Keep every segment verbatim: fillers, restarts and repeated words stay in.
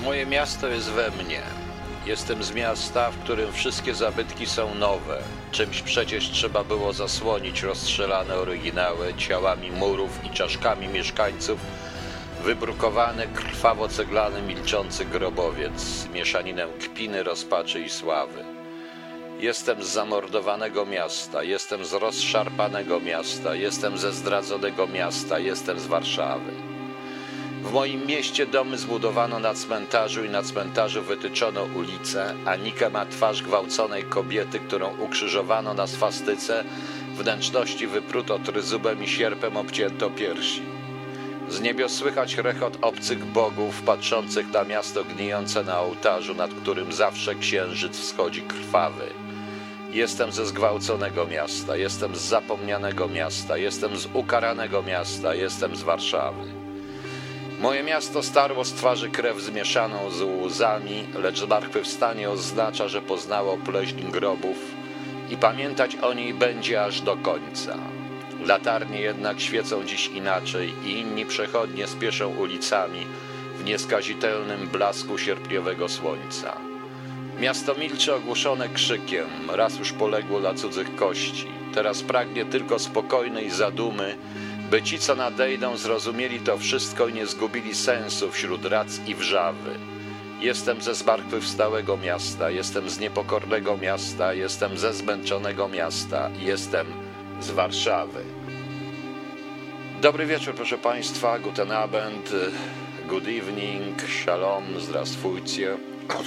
Moje miasto jest we mnie. Jestem z miasta, w którym wszystkie zabytki są nowe. Czymś przecież trzeba było zasłonić rozstrzelane oryginały ciałami murów i czaszkami mieszkańców, wybrukowany, krwawo-ceglany, milczący grobowiec z mieszaninem kpiny, rozpaczy i sławy. Jestem z zamordowanego miasta, jestem z rozszarpanego miasta, jestem ze zdradzonego miasta, jestem z Warszawy. W moim mieście domy zbudowano na cmentarzu i na cmentarzu wytyczono ulice, a Nika ma twarz gwałconej kobiety, którą ukrzyżowano na swastyce, wnętrzności wypruto tryzubem i sierpem obcięto piersi. Z niebios słychać rechot obcych bogów patrzących na miasto gnijące na ołtarzu, nad którym zawsze księżyc wschodzi krwawy. Jestem ze zgwałconego miasta, jestem z zapomnianego miasta, jestem z ukaranego miasta, jestem z Warszawy. Moje miasto starło z twarzy krew zmieszaną z łzami, lecz zmartwychwstanie oznacza, że poznało pleśń grobów i pamiętać o niej będzie aż do końca. Latarnie jednak świecą dziś inaczej i inni przechodnie spieszą ulicami w nieskazitelnym blasku sierpniowego słońca. Miasto milczy ogłuszone krzykiem, raz już poległo dla cudzych kości, teraz pragnie tylko spokojnej zadumy, by ci, co nadejdą, zrozumieli to wszystko i nie zgubili sensu wśród rac i wrzawy. Jestem ze zmartwychwstałego miasta, jestem z niepokornego miasta, jestem ze zmęczonego miasta, jestem z Warszawy. Dobry wieczór, proszę Państwa, guten Abend, good evening, shalom, zdrastwujcie.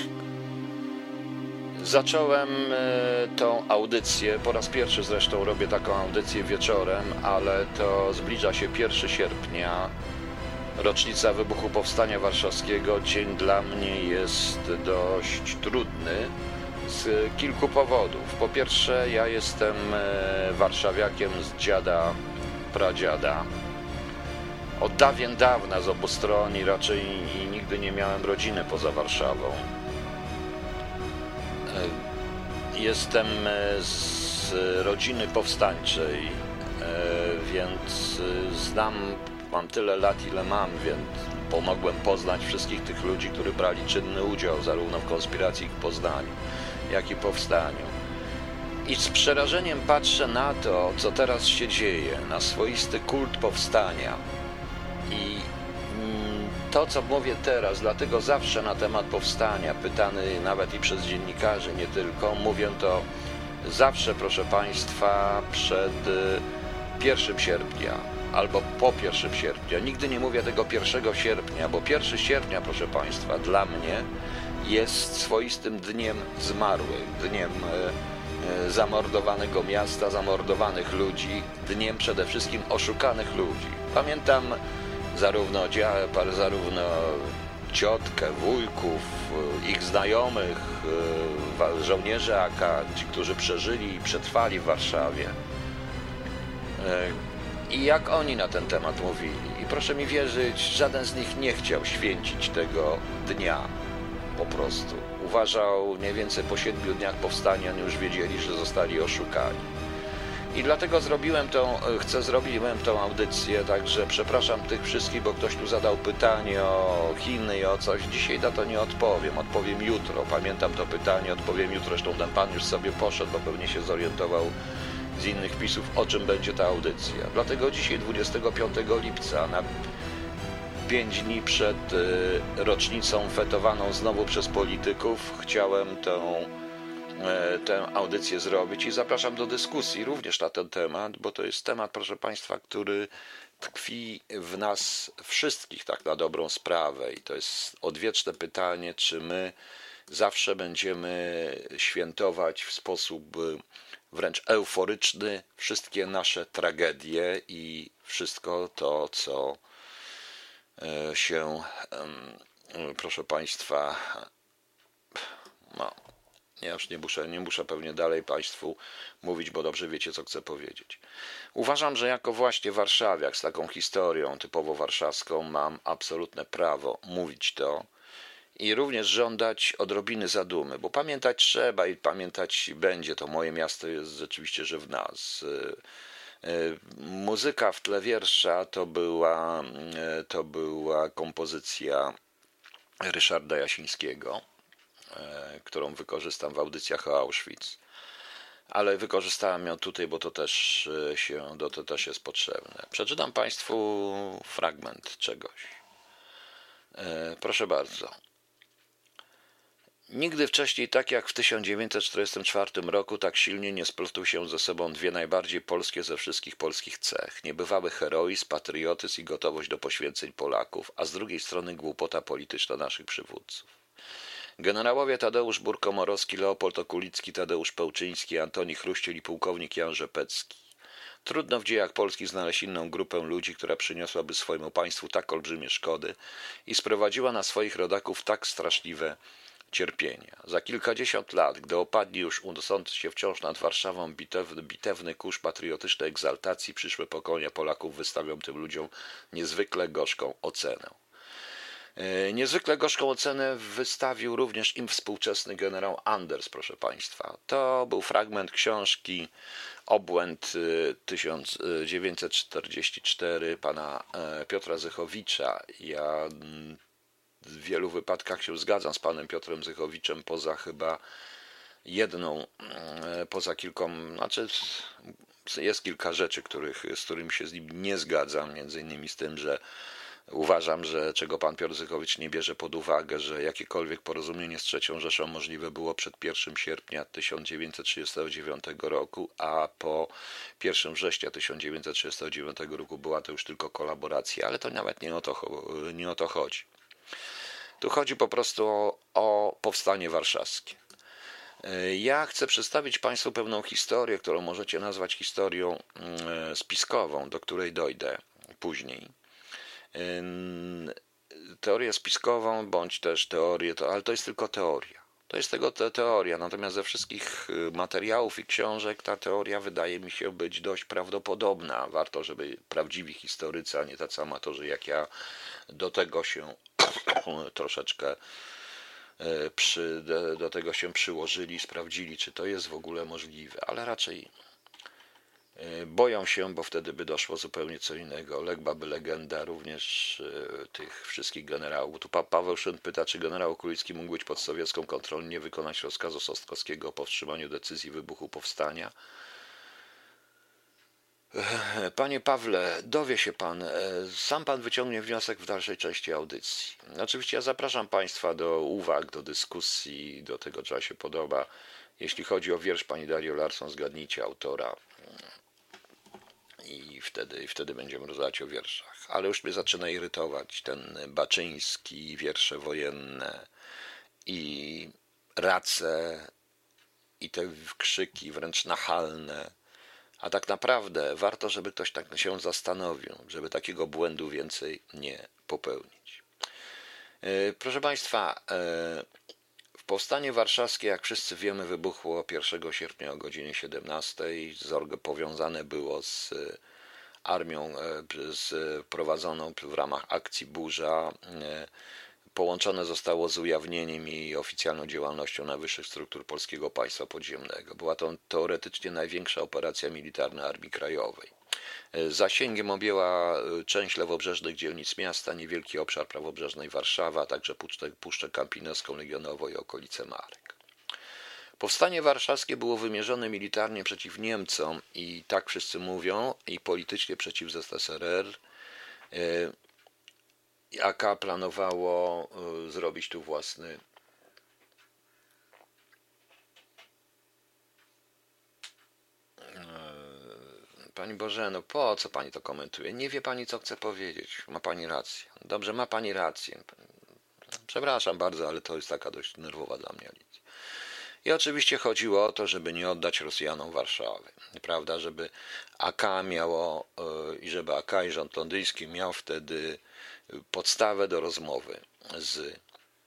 Zacząłem tą audycję, po raz pierwszy zresztą robię taką audycję wieczorem, ale to zbliża się pierwszego sierpnia, rocznica wybuchu Powstania Warszawskiego. Dzień dla mnie jest dość trudny z kilku powodów. Po pierwsze, ja jestem warszawiakiem z dziada, pradziada. Od dawien dawna z obu stron i raczej nigdy nie miałem rodziny poza Warszawą. Jestem z rodziny powstańczej, więc znam, mam tyle lat, ile mam, więc pomogłem poznać wszystkich tych ludzi, którzy brali czynny udział zarówno w konspiracji w Poznaniu, jak i powstaniu. I z przerażeniem patrzę na to, co teraz się dzieje, na swoisty kult powstania. I to, co mówię teraz, dlatego zawsze na temat powstania, pytany nawet i przez dziennikarzy, nie tylko, mówię to zawsze, proszę Państwa, przed pierwszego sierpnia albo po pierwszego sierpnia. Nigdy nie mówię tego pierwszego sierpnia, bo pierwszego sierpnia, proszę Państwa, dla mnie jest swoistym dniem zmarłych, dniem zamordowanego miasta, zamordowanych ludzi, dniem przede wszystkim oszukanych ludzi. Pamiętam zarówno, zarówno ciotkę, wujków, ich znajomych, żołnierzy A K, ci, którzy przeżyli i przetrwali w Warszawie. I jak oni na ten temat mówili. I proszę mi wierzyć, żaden z nich nie chciał święcić tego dnia po prostu. Uważał, mniej więcej po siedmiu dniach powstania oni już wiedzieli, że zostali oszukani. I dlatego zrobiłem tą, chcę zrobiłem tą audycję, także przepraszam tych wszystkich, bo ktoś tu zadał pytanie o Chiny i o coś. Dzisiaj na to nie odpowiem, odpowiem jutro. Pamiętam to pytanie, odpowiem jutro. Zresztą ten pan już sobie poszedł, bo pewnie się zorientował z innych wpisów, o czym będzie ta audycja. Dlatego dzisiaj, dwudziestego piątego lipca, na pięć dni przed rocznicą fetowaną znowu przez polityków, chciałem tą tę audycję zrobić i zapraszam do dyskusji również na ten temat, bo to jest temat, proszę Państwa, który tkwi w nas wszystkich tak na dobrą sprawę i to jest odwieczne pytanie, czy my zawsze będziemy świętować w sposób wręcz euforyczny wszystkie nasze tragedie i wszystko to, co się, proszę Państwa, no, ja już nie muszę, nie muszę pewnie dalej Państwu mówić, bo dobrze wiecie, co chcę powiedzieć. Uważam, że jako właśnie warszawiak z taką historią typowo warszawską mam absolutne prawo mówić to i również żądać odrobiny zadumy, bo pamiętać trzeba i pamiętać będzie, to moje miasto jest rzeczywiście, że w nas. Muzyka w tle wiersza to była, to była kompozycja Ryszarda Jasińskiego, którą wykorzystam w audycjach o Auschwitz, ale wykorzystałem ją tutaj, bo to też się, to też jest potrzebne. Przeczytam Państwu fragment czegoś. Proszę bardzo. Nigdy wcześniej, tak jak w tysiąc dziewięćset czterdziestym czwartym roku, tak silnie nie splotły się ze sobą dwie najbardziej polskie ze wszystkich polskich cech. Niebywały heroizm, patriotyzm i gotowość do poświęceń Polaków, a z drugiej strony głupota polityczna naszych przywódców. Generałowie Tadeusz Burkomorowski, Leopold Okulicki, Tadeusz Pełczyński, Antoni Chruściel i pułkownik Jan Rzepecki. Trudno w dziejach Polski znaleźć inną grupę ludzi, która przyniosłaby swojemu państwu tak olbrzymie szkody i sprowadziła na swoich rodaków tak straszliwe cierpienia. Za kilkadziesiąt lat, gdy opadnie już unoszący się wciąż nad Warszawą bitewny, bitewny kurz patriotycznej egzaltacji, przyszłe pokolenia Polaków wystawią tym ludziom niezwykle gorzką ocenę. Niezwykle gorzką ocenę wystawił również im współczesny generał Anders, proszę Państwa. To był fragment książki Obłęd tysiąc dziewięćset czterdziesty czwarty pana Piotra Zychowicza. Ja w wielu wypadkach się zgadzam z panem Piotrem Zychowiczem, poza chyba jedną, poza kilką, znaczy jest kilka rzeczy, których, z którymi się z nim nie zgadzam, między innymi z tym, że uważam, że czego pan Piotr Zychowicz nie bierze pod uwagę, że jakiekolwiek porozumienie z trzecią Rzeszą możliwe było przed pierwszego sierpnia tysiąc dziewięćset trzydziestego dziewiątego roku, a po pierwszego września tysiąc dziewięćset trzydziestego dziewiątego roku była to już tylko kolaboracja, ale to nawet nie o to, nie o to chodzi. Tu chodzi po prostu o, o powstanie warszawskie. Ja chcę przedstawić Państwu pewną historię, którą możecie nazwać historią spiskową, do której dojdę później. Teorię spiskową, bądź też teorię, to, ale to jest tylko teoria. To jest tego te, teoria, natomiast ze wszystkich materiałów i książek ta teoria wydaje mi się być dość prawdopodobna. Warto, żeby prawdziwi historycy, a nie tacy amatorzy jak ja, do tego się troszeczkę przy, do, do tego się przyłożyli, sprawdzili, czy to jest w ogóle możliwe, ale raczej boją się, bo wtedy by doszło zupełnie co innego. Ległaby legenda również tych wszystkich generałów. Tu Paweł Szyn pyta, czy generał Okulicki mógł być pod sowiecką kontrolą, nie wykonać rozkazu Sostkowskiego o powstrzymaniu decyzji wybuchu powstania. Panie Pawle, dowie się pan, sam pan wyciągnie wniosek w dalszej części audycji. Oczywiście ja zapraszam Państwa do uwag, do dyskusji, do tego, co się podoba. Jeśli chodzi o wiersz pani Dario Larsson, zgadnijcie autora i wtedy, wtedy będziemy rozmawiać o wierszach. Ale już mnie zaczyna irytować ten Baczyński, wiersze wojenne i race i te krzyki wręcz nachalne. A tak naprawdę warto, żeby ktoś tak się zastanowił, żeby takiego błędu więcej nie popełnić. Proszę Państwa, powstanie warszawskie, jak wszyscy wiemy, wybuchło pierwszego sierpnia o godzinie siedemnastej. Powiązane było z armią z prowadzoną w ramach akcji Burza. Połączone zostało z ujawnieniem i oficjalną działalnością najwyższych struktur polskiego państwa podziemnego. Była to teoretycznie największa operacja militarna Armii Krajowej. Zasięgiem objęła część lewobrzeżnych dzielnic miasta, niewielki obszar prawobrzeżnej Warszawy, a także Puszczę, Puszczę Kampinorską, Legionową i okolice Marek. Powstanie warszawskie było wymierzone militarnie przeciw Niemcom i tak wszyscy mówią, i politycznie przeciw Z S R R. A K planowało zrobić tu własny Pani Bożeno, po co Pani to komentuje? Nie wie Pani, co chce powiedzieć. Ma Pani rację. Dobrze, ma Pani rację. Przepraszam bardzo, ale to jest taka dość nerwowa dla mnie Alicja. I oczywiście chodziło o to, żeby nie oddać Rosjanom Warszawy. Prawda, żeby A K miało i żeby A K i rząd londyński miał wtedy podstawę do rozmowy z,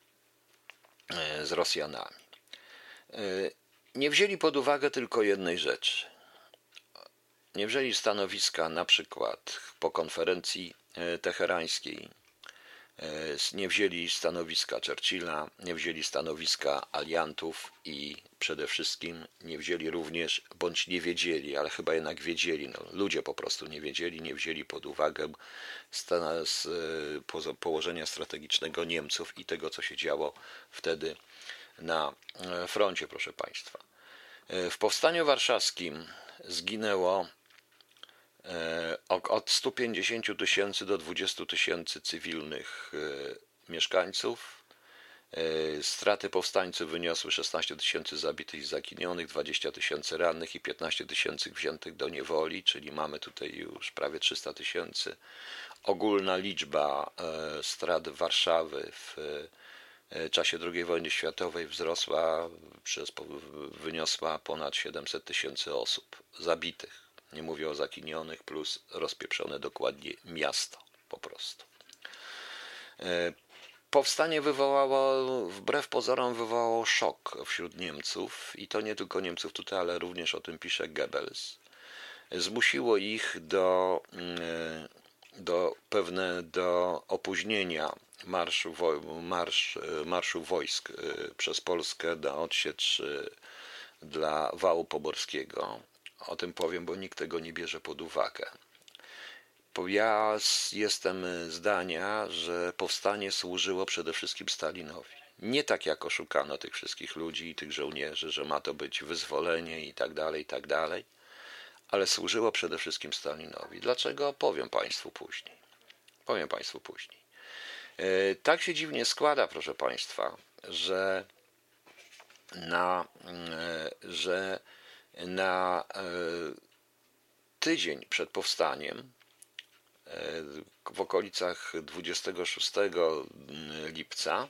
z Rosjanami. Nie wzięli pod uwagę tylko jednej rzeczy. Nie wzięli stanowiska na przykład po konferencji teherańskiej, Nie wzięli stanowiska Churchilla, nie wzięli stanowiska aliantów i przede wszystkim nie wzięli również, bądź nie wiedzieli, ale chyba jednak wiedzieli, no, ludzie po prostu nie wiedzieli, nie wzięli pod uwagę stan- z, po, położenia strategicznego Niemców i tego, co się działo wtedy na froncie, proszę Państwa. W Powstaniu Warszawskim zginęło od stu pięćdziesięciu tysięcy do dwudziestu tysięcy cywilnych mieszkańców. Straty powstańców wyniosły szesnaście tysięcy zabitych i zaginionych, dwadzieścia tysięcy rannych i piętnaście tysięcy wziętych do niewoli, czyli mamy tutaj już prawie trzysta tysięcy. Ogólna liczba strat Warszawy w czasie drugiej wojny światowej wzrosła, przez, wyniosła ponad siedemset tysięcy osób zabitych. Nie mówię o zaginionych, plus rozpieprzone dokładnie miasto po prostu. Powstanie wywołało, wbrew pozorom wywołało szok wśród Niemców i to nie tylko Niemców tutaj, ale również o tym pisze Goebbels. Zmusiło ich do, do pewne do opóźnienia marszu, marsz, marszu wojsk przez Polskę na odsiecz dla wału poborskiego. O tym powiem, bo nikt tego nie bierze pod uwagę. Ja jestem zdania, że powstanie służyło przede wszystkim Stalinowi. Nie tak jak oszukano tych wszystkich ludzi i tych żołnierzy, że ma to być wyzwolenie i tak dalej, i tak dalej, ale służyło przede wszystkim Stalinowi. Dlaczego? Powiem Państwu później. Powiem Państwu później. Tak się dziwnie składa, proszę Państwa, że na, że na tydzień przed powstaniem, w okolicach dwudziestego szóstego lipca,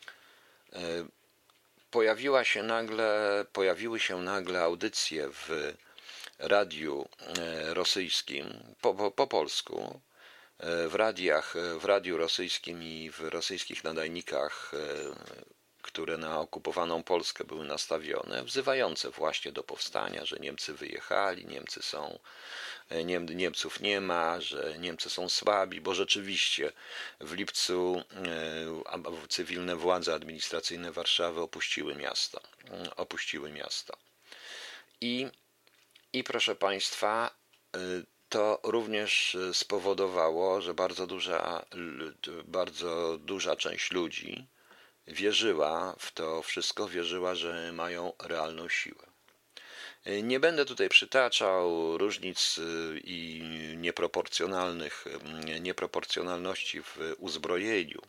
pojawiła się nagle, pojawiły się nagle audycje w radiu rosyjskim, po, po, po polsku, w radiach, w radiu rosyjskim i w rosyjskich nadajnikach, które na okupowaną Polskę były nastawione, wzywające właśnie do powstania, że Niemcy wyjechali, Niemcy są, Niem, Niemców nie ma, że Niemcy są słabi, bo rzeczywiście w lipcu e, cywilne władze administracyjne Warszawy opuściły miasto. Opuściły miasto. I, i proszę Państwa, to również spowodowało, że bardzo duża, bardzo duża część ludzi wierzyła w to wszystko, wierzyła, że mają realną siłę. Nie będę tutaj przytaczał różnic i nieproporcjonalnych, nieproporcjonalności w uzbrojeniu,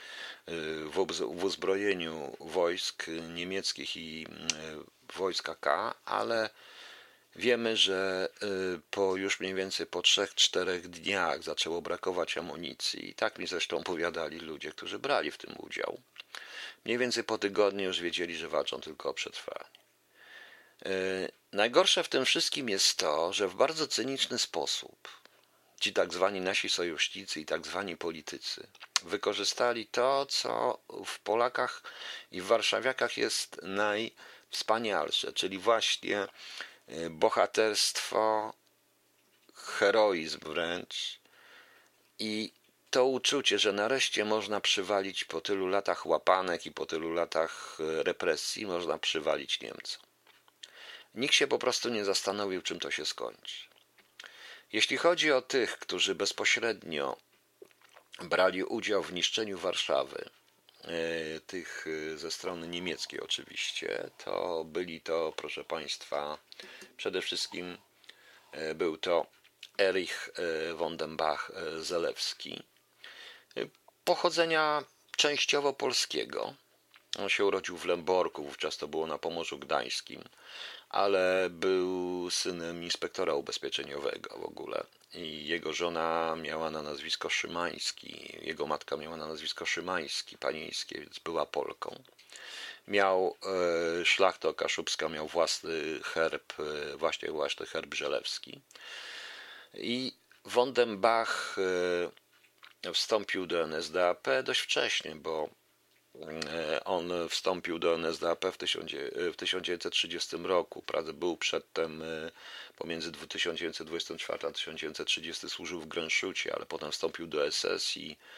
w uzbrojeniu wojsk niemieckich i wojska K, ale wiemy, że po już mniej więcej po trzech, czterech dniach zaczęło brakować amunicji i tak mi zresztą powiadali ludzie, którzy brali w tym udział. Mniej więcej po tygodniu już wiedzieli, że walczą tylko o przetrwanie. Najgorsze w tym wszystkim jest to, że w bardzo cyniczny sposób ci tak zwani nasi sojusznicy i tak zwani politycy wykorzystali to, co w Polakach i w warszawiakach jest najwspanialsze, czyli właśnie bohaterstwo, heroizm wręcz i to uczucie, że nareszcie można przywalić po tylu latach łapanek i po tylu latach represji, można przywalić Niemcom. Nikt się po prostu nie zastanowił, czym to się skończy. Jeśli chodzi o tych, którzy bezpośrednio brali udział w niszczeniu Warszawy, tych ze strony niemieckiej oczywiście, to byli to, proszę Państwa, przede wszystkim był to Erich von den Bach-Zelewski, pochodzenia częściowo polskiego. On się urodził w Lęborku, wówczas to było na Pomorzu Gdańskim, ale był synem inspektora ubezpieczeniowego w ogóle i jego żona miała na nazwisko Szymański, jego matka miała na nazwisko Szymański, panieńskie, więc była Polką. Miał e, szlachta kaszubska, miał własny herb, e, właśnie właśnie herb żelewski. I von den Bach e, wstąpił do N S D A P dość wcześnie, bo on wstąpił do N S D A P w tysiąc dziewięćset trzydziestym roku. Był przedtem pomiędzy tysiąc dziewięćset dwudziestym czwartym a tysiąc dziewięćset trzydziestym służył w Grenszucie, ale potem wstąpił do S S i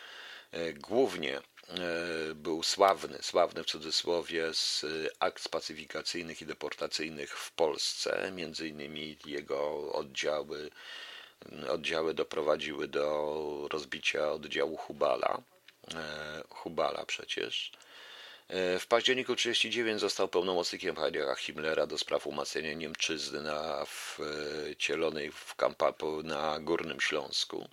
Głównie był sławny, sławny w cudzysłowie, z akt pacyfikacyjnych i deportacyjnych w Polsce. Między innymi jego oddziały, oddziały doprowadziły do rozbicia oddziału Hubala. Hubala przecież. W październiku tysiąc dziewięćset trzydziestego dziewiątego został pełnomocnikiem Heinricha Himmlera do spraw umacniania Niemczyzny na wcielonej w kampa- na Górnym Śląsku.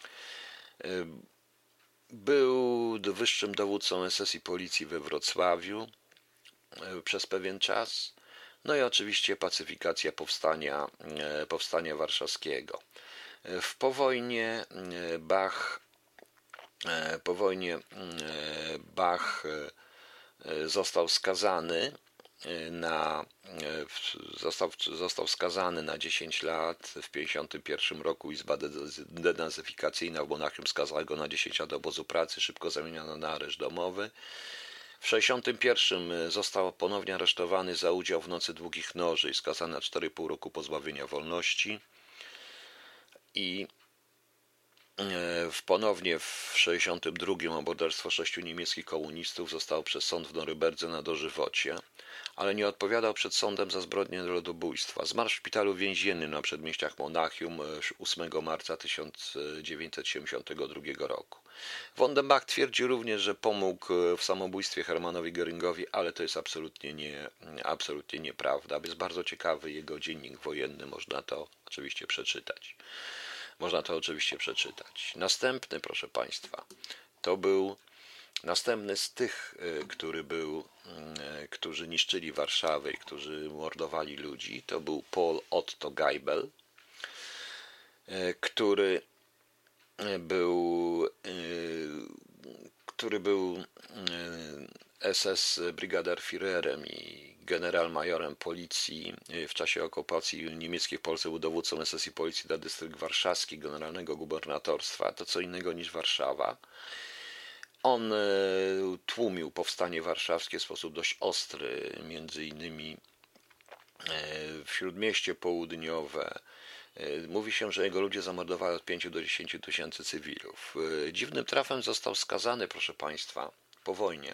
Był wyższym dowódcą S S i policji we Wrocławiu przez pewien czas. No i oczywiście pacyfikacja powstania, powstania warszawskiego. W powojnie Bach, po wojnie Bach został skazany na, został, został skazany na dziesięć lat. W tysiąc dziewięćset pięćdziesiątym pierwszym roku Izba denazyfikacyjna w Monachium skazała go na dziesięć lat obozu pracy, szybko zamieniono na areszt domowy. W tysiąc dziewięćset sześćdziesiątym pierwszym został ponownie aresztowany za udział w Nocy Długich Noży i skazany na cztery i pół roku pozbawienia wolności. I ponownie w tysiąc dziewięćset sześćdziesiątym drugim o morderstwo sześciu niemieckich komunistów został przez sąd w Noryberdze na dożywocie, ale nie odpowiadał przed sądem za zbrodnię ludobójstwa. Zmarł w szpitalu więziennym na przedmieściach Monachium ósmego marca tysiąc dziewięćset siedemdziesiątego drugiego roku. Von den Bach twierdzi również, że pomógł w samobójstwie Hermannowi Göringowi, ale to jest absolutnie, nie, absolutnie nieprawda. Jest bardzo ciekawy jego dziennik wojenny, można to oczywiście przeczytać. Można to oczywiście przeczytać. Następny, proszę Państwa, to był następny z tych, który był, którzy niszczyli Warszawę i którzy mordowali ludzi. To był Paul Otto Geibel, który był, który był S S Brigaderführerem i generalmajorem policji w czasie okupacji niemieckiej w Polsce, był dowódcą S S i policji dla dystrykt warszawski, generalnego gubernatorstwa, to co innego niż Warszawa. On tłumił powstanie warszawskie w sposób dość ostry, między innymi w Śródmieście Południowe. Mówi się, że jego ludzie zamordowali od pięciu do dziesięciu tysięcy cywilów. Dziwnym trafem został skazany, proszę Państwa, po wojnie.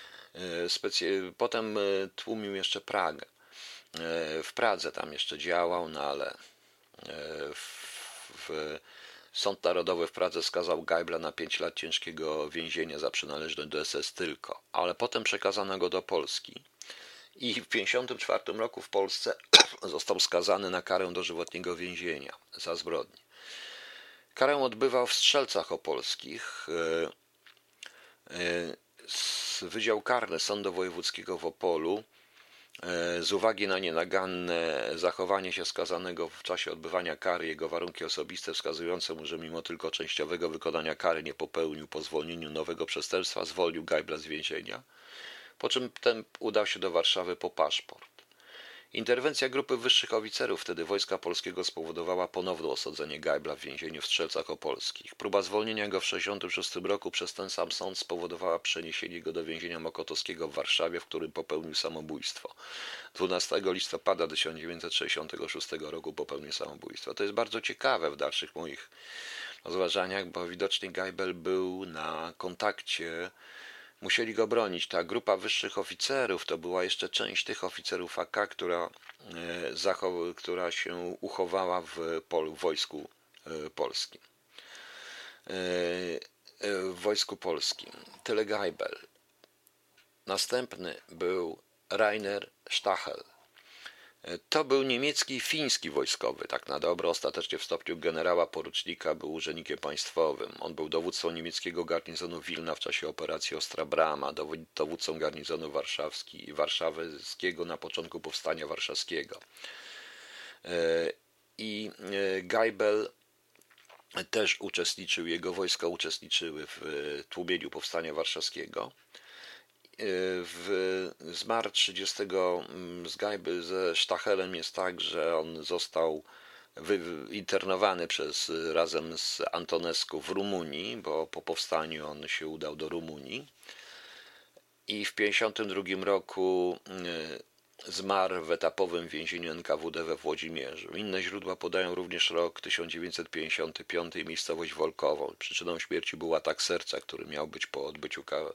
Potem tłumił jeszcze Pragę. W Pradze tam jeszcze działał, no ale w, w Sąd Narodowy w Pradze skazał Geibla na pięć lat ciężkiego więzienia za przynależność do S S tylko, ale potem przekazano go do Polski i w tysiąc dziewięćset pięćdziesiątym czwartym roku w Polsce został skazany na karę dożywotniego więzienia za zbrodnię. Karę odbywał w Strzelcach Opolskich. Wydział Karny Sądu Wojewódzkiego w Opolu z uwagi na nienaganne zachowanie się skazanego w czasie odbywania kary, jego warunki osobiste wskazujące mu, że mimo tylko częściowego wykonania kary nie popełnił po zwolnieniu nowego przestępstwa, zwolnił Geibla z więzienia, po czym ten udał się do Warszawy po paszport. Interwencja grupy wyższych oficerów wtedy Wojska Polskiego spowodowała ponowne osadzenie Geibla w więzieniu w Strzelcach Opolskich. Próba zwolnienia go w tysiąc dziewięćset sześćdziesiątym szóstym roku przez ten sam sąd spowodowała przeniesienie go do więzienia Mokotowskiego w Warszawie, w którym popełnił samobójstwo. dwunastego listopada tysiąc dziewięćset sześćdziesiątego szóstego roku popełnił samobójstwo. To jest bardzo ciekawe w dalszych moich rozważaniach, bo widocznie Geibel był na kontakcie. Musieli go bronić. Ta grupa wyższych oficerów to była jeszcze część tych oficerów A K, która, która się uchowała w, Pol, w wojsku polskim. W wojsku polskim. Tyle Geibel. Następny był Rainer Stachel. To był niemiecki i fiński wojskowy, tak na dobro, ostatecznie w stopniu generała porucznika był urzędnikiem państwowym. On był dowódcą niemieckiego garnizonu Wilna w czasie operacji Ostra Brama, dowódcą garnizonu warszawski, warszawskiego na początku powstania warszawskiego. I Geibel też uczestniczył, jego wojska uczestniczyły w tłumieniu powstania warszawskiego. W, zmarł trzydziestego z Geibel ze Stachelem jest tak, że on został internowany przez, razem z Antonescu w Rumunii, bo po powstaniu on się udał do Rumunii i w tysiąc dziewięćset pięćdziesiątym drugim roku zmarł w etapowym więzieniu N K W D we Włodzimierzu. Inne źródła podają również rok tysiąc dziewięćset pięćdziesiąty piąty i miejscowość Wolkowo. Przyczyną śmierci był atak serca, który miał być po odbyciu kary,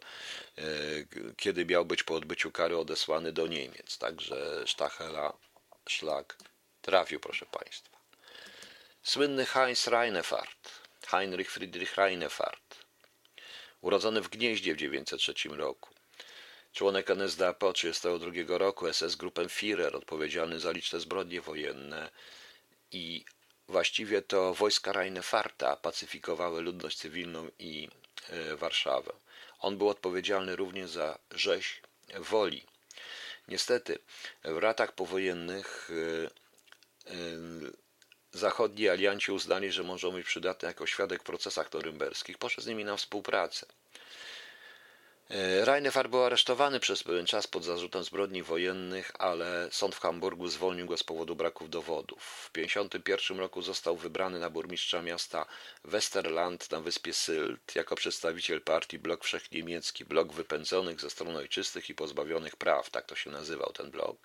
kiedy miał być po odbyciu kary odesłany do Niemiec. Także Stachela szlak trafił, proszę Państwa. Słynny Heinz Reinefart, Heinrich Friedrich Reinefart, urodzony w Gnieźnie w tysiąc dziewięćset trzecim roku. Członek N S D A P od tysiąc dziewięćset trzydziestego drugiego roku, S S-Gruppenführer, odpowiedzialny za liczne zbrodnie wojenne i właściwie to wojska Reinefarta pacyfikowały ludność cywilną i e, Warszawę. On był odpowiedzialny również za rzeź Woli. Niestety w latach powojennych e, e, zachodni alianci uznali, że może być przydatny jako świadek w procesach norymberskich. Poszedł z nimi na współpracę. Reinefart był aresztowany przez pewien czas pod zarzutem zbrodni wojennych, ale sąd w Hamburgu zwolnił go z powodu braków dowodów. W tysiąc dziewięćset pięćdziesiątym pierwszym roku został wybrany na burmistrza miasta Westerland na wyspie Sylt jako przedstawiciel partii Blok Wszechniemiecki, blok wypędzonych ze stron ojczystych i pozbawionych praw, tak to się nazywał ten blok.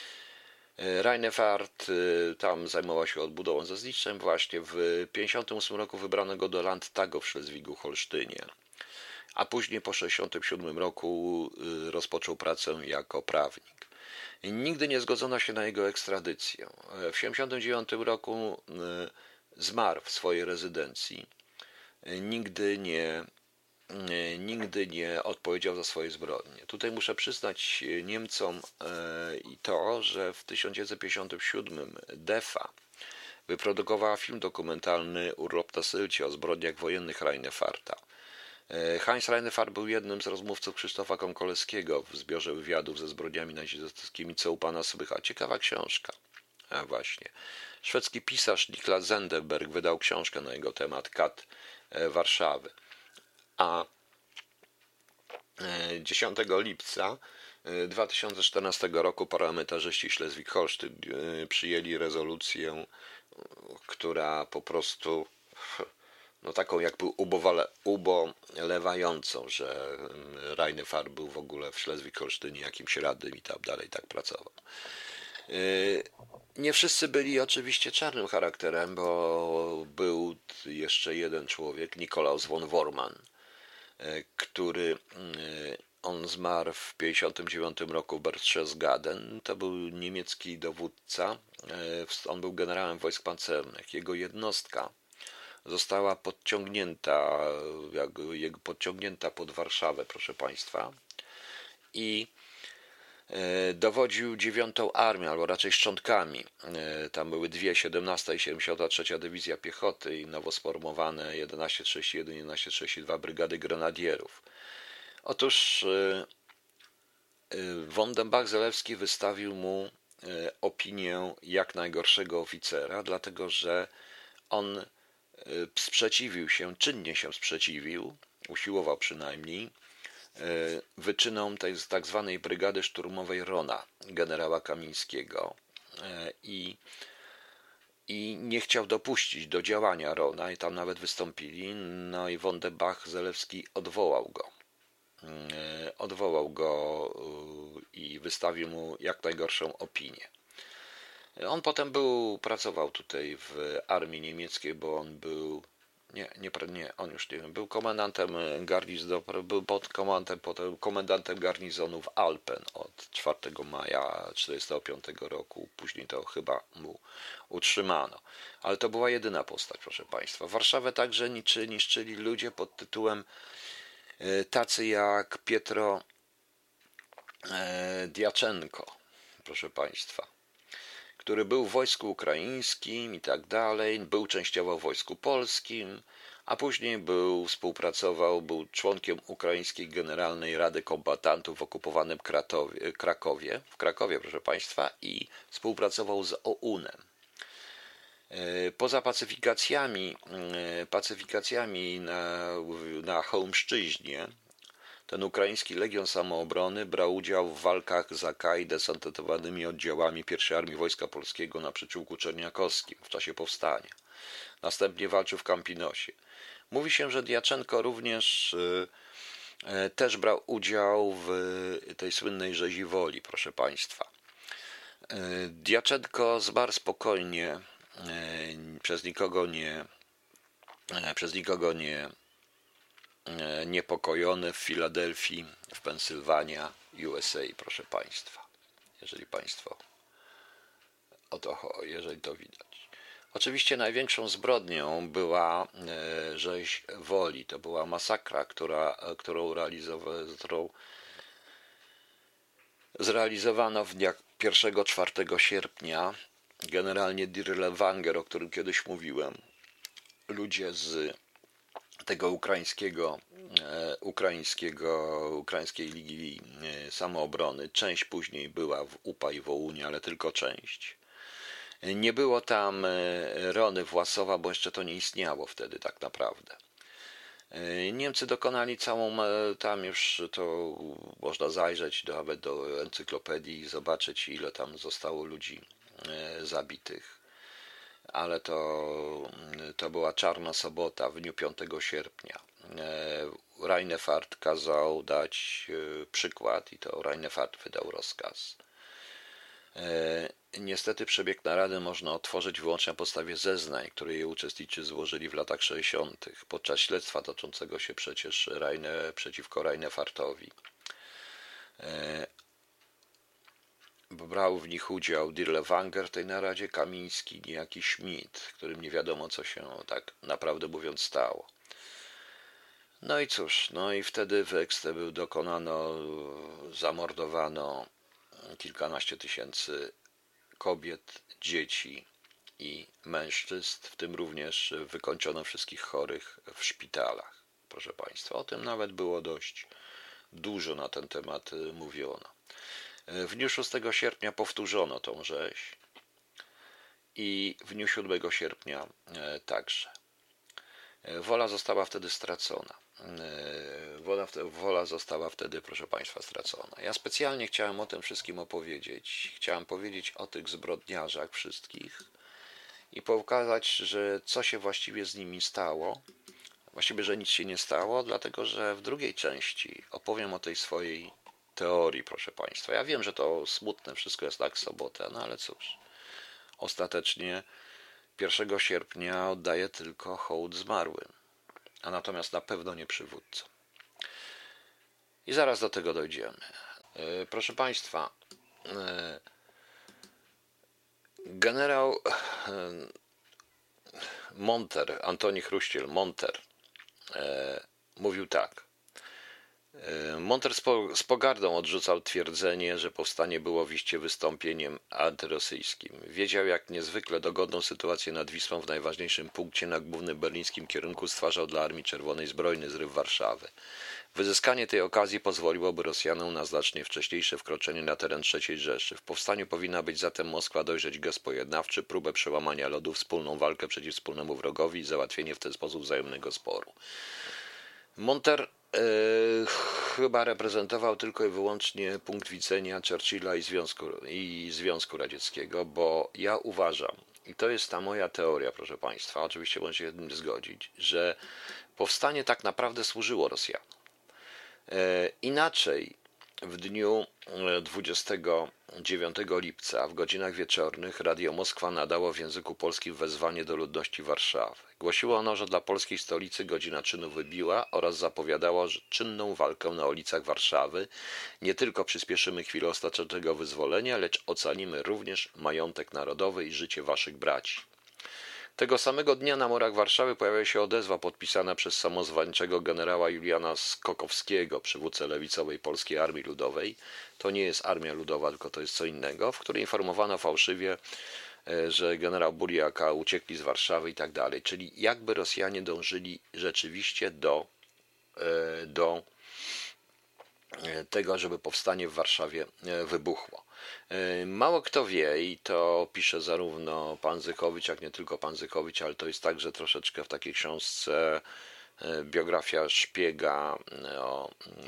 Reinefart tam zajmował się odbudową ze zniszczeń właśnie. W tysiąc dziewięćset pięćdziesiątym ósmym roku wybrano go do Landtagu w Szlezwigu-Holsztynie, a później po tysiąc dziewięćset sześćdziesiątym siódmym roku rozpoczął pracę jako prawnik. Nigdy nie zgodzono się na jego ekstradycję. W tysiąc dziewięćset siedemdziesiątym dziewiątym roku zmarł w swojej rezydencji. Nigdy nie, nigdy nie odpowiedział za swoje zbrodnie. Tutaj muszę przyznać Niemcom i to, że w tysiąc dziewięćset pięćdziesiątym siódmym D E F A wyprodukowała film dokumentalny Urlaub na Sylcie o zbrodniach wojennych Reinefarta. Heinz Reinefart był jednym z rozmówców Krzysztofa Konkoleskiego w zbiorze wywiadów ze zbrodniami nazistowskimi, co u pana słycha. Ciekawa książka. A właśnie. Szwedzki pisarz Niklas Zendenberg wydał książkę na jego temat, Kat Warszawy. A dziesiątego lipca dwa tysiące czternastego roku parlamentarzyści Szlezwik-Holsztyn przyjęli rezolucję, która po prostu no taką jakby ubowale, ubolewającą, że Reinefart był w ogóle w Szlezwik-Holsztynie jakimś radnym i tam dalej tak pracował. Nie wszyscy byli oczywiście czarnym charakterem, bo był jeszcze jeden człowiek, Nikolaus von Wormann, który on zmarł w tysiąc dziewięćset pięćdziesiątym dziewiątym roku w Berchtesgaden. To był niemiecki dowódca, on był generałem wojsk pancernych. Jego jednostka została podciągnięta, jakby podciągnięta pod Warszawę, proszę Państwa, i dowodził dziewiątą armią, albo raczej szczątkami. Tam były dwie, siedemnasta i siedemdziesiąta trzecia Dywizja Piechoty i nowo sformowane jedenaście trzydzieści jeden i jedenaście trzydzieści dwa Brygady Grenadierów. Otóż von den Bach-Zelewski wystawił mu opinię jak najgorszego oficera, dlatego że on sprzeciwił się, czynnie się sprzeciwił, usiłował przynajmniej, wyczynom tej tak zwanej Brygady Szturmowej Rona generała Kamińskiego i, i nie chciał dopuścić do działania Rona i tam nawet wystąpili, no i von der Bach-Zelewski odwołał go. Odwołał go i wystawił mu jak najgorszą opinię. On potem był, pracował tutaj w armii niemieckiej, bo on był, nie, nie, nie on już nie wiem, był komendantem garnizonu, był pod komendantem, potem komendantem garnizonu w Alpen od czwartego maja tysiąc dziewięćset czterdziestego piątego roku, później to chyba mu utrzymano. Ale to była jedyna postać, proszę Państwa. Warszawę także niszczyli ludzie pod tytułem tacy jak Pietro Diaczenko, proszę Państwa, który był w wojsku ukraińskim i tak dalej, był częściowo w wojsku polskim, a później był, współpracował, był członkiem Ukraińskiej Generalnej Rady Kombatantów w okupowanym Kratowie, Krakowie, w Krakowie, proszę Państwa, i współpracował z O U N-em. Poza pacyfikacjami, pacyfikacjami na, na Chełmszczyźnie, ten ukraiński Legion Samoobrony brał udział w walkach z A K i desantytowanymi oddziałami pierwszej Armii Wojska Polskiego na przyczółku czerniakowskim w czasie powstania. Następnie walczył w Kampinosie. Mówi się, że Diaczenko również y, y, też brał udział w tej słynnej rzezi Woli, proszę Państwa. Djaczenko zmarł spokojnie, przez nikogo nie, przez nikogo nie niepokojony w Filadelfii, w Pensylwania, U S A, proszę Państwa. Jeżeli Państwo o to, jeżeli to widać. Oczywiście największą zbrodnią była rzeź Woli. To była masakra, która, którą, realizowa- którą zrealizowano w dniach pierwszego do czwartego sierpnia. Generalnie Dirlewanger, o którym kiedyś mówiłem, ludzie z tego ukraińskiego, ukraińskiego, ukraińskiej Ligi Samoobrony. Część później była w U P A i Wołyniu, ale tylko część. Nie było tam Rony Własowa, bo jeszcze to nie istniało wtedy tak naprawdę. Niemcy dokonali całą, tam już to można zajrzeć do, nawet do encyklopedii i zobaczyć, ile tam zostało ludzi zabitych. Ale to, to była czarna sobota w dniu piątego sierpnia. Reinefart kazał dać przykład i to Reinefart wydał rozkaz. Niestety przebieg narady można otworzyć wyłącznie na podstawie zeznań, które jej uczestnicy złożyli w latach sześćdziesiątych podczas śledztwa toczącego się przecież Reine, przeciwko Reinefartowi. Brał w nich udział Dirlewanger, tej naradzie, Kamiński, niejaki Schmidt, którym nie wiadomo, co się tak naprawdę mówiąc stało. No i cóż, no i wtedy w Eksté był dokonano, zamordowano kilkanaście tysięcy kobiet, dzieci i mężczyzn, w tym również wykończono wszystkich chorych w szpitalach. Proszę Państwa, o tym nawet było dość dużo na ten temat mówiono. W dniu szóstego sierpnia powtórzono tą rzeź i w dniu siódmego sierpnia także. Wola została wtedy stracona. Wola, wola została wtedy, proszę Państwa, stracona. Ja specjalnie chciałem o tym wszystkim opowiedzieć. Chciałem powiedzieć o tych zbrodniarzach wszystkich i pokazać, że co się właściwie z nimi stało. Właściwie, że nic się nie stało, dlatego że w drugiej części opowiem o tej swojej teorii, proszę Państwa. Ja wiem, że to smutne wszystko jest tak w sobotę, no ale cóż. Ostatecznie pierwszego sierpnia oddaję tylko hołd zmarłym, a natomiast na pewno nie przywódcom. I zaraz do tego dojdziemy. Proszę Państwa, generał Monter, Antoni Chruściel, Monter, mówił tak. Monter z pogardą odrzucał twierdzenie, że powstanie było w iście wystąpieniem antyrosyjskim. Wiedział, jak niezwykle dogodną sytuację nad Wisłą w najważniejszym punkcie na głównym berlińskim kierunku stwarzał dla Armii Czerwonej zbrojny zryw Warszawy. Wyzyskanie tej okazji pozwoliłoby Rosjanom na znacznie wcześniejsze wkroczenie na teren trzeciej Rzeszy. W powstaniu powinna być zatem Moskwa dojrzeć gest pojednawczy, próbę przełamania lodu, wspólną walkę przeciw wspólnemu wrogowi i załatwienie w ten sposób wzajemnego sporu. Monter Yy, chyba reprezentował tylko i wyłącznie punkt widzenia Churchilla i Związku, i Związku Radzieckiego, bo ja uważam, i to jest ta moja teoria, proszę Państwa, oczywiście możecie się z tym zgodzić, że powstanie tak naprawdę służyło Rosjanom. Yy, inaczej w dniu dwudziestego dziewiątego lipca w godzinach wieczornych Radio Moskwa nadało w języku polskim wezwanie do ludności Warszawy. Głosiło ono, że dla polskiej stolicy godzina czynu wybiła oraz zapowiadało czynną walkę na ulicach Warszawy. Nie tylko przyspieszymy chwilę ostatecznego wyzwolenia, lecz ocalimy również majątek narodowy i życie waszych braci. Tego samego dnia na murach Warszawy pojawia się odezwa podpisana przez samozwańczego generała Juliana Skokowskiego, przywódcę lewicowej Polskiej Armii Ludowej. To nie jest Armia Ludowa, tylko to jest co innego, w której informowano fałszywie, że generał Buriaka uciekli z Warszawy i tak dalej. Czyli jakby Rosjanie dążyli rzeczywiście do, do tego, żeby powstanie w Warszawie wybuchło. Mało kto wie, i to pisze zarówno pan Zychowicz, jak nie tylko pan Zychowicz, ale to jest także troszeczkę w takiej książce biografia szpiega, o,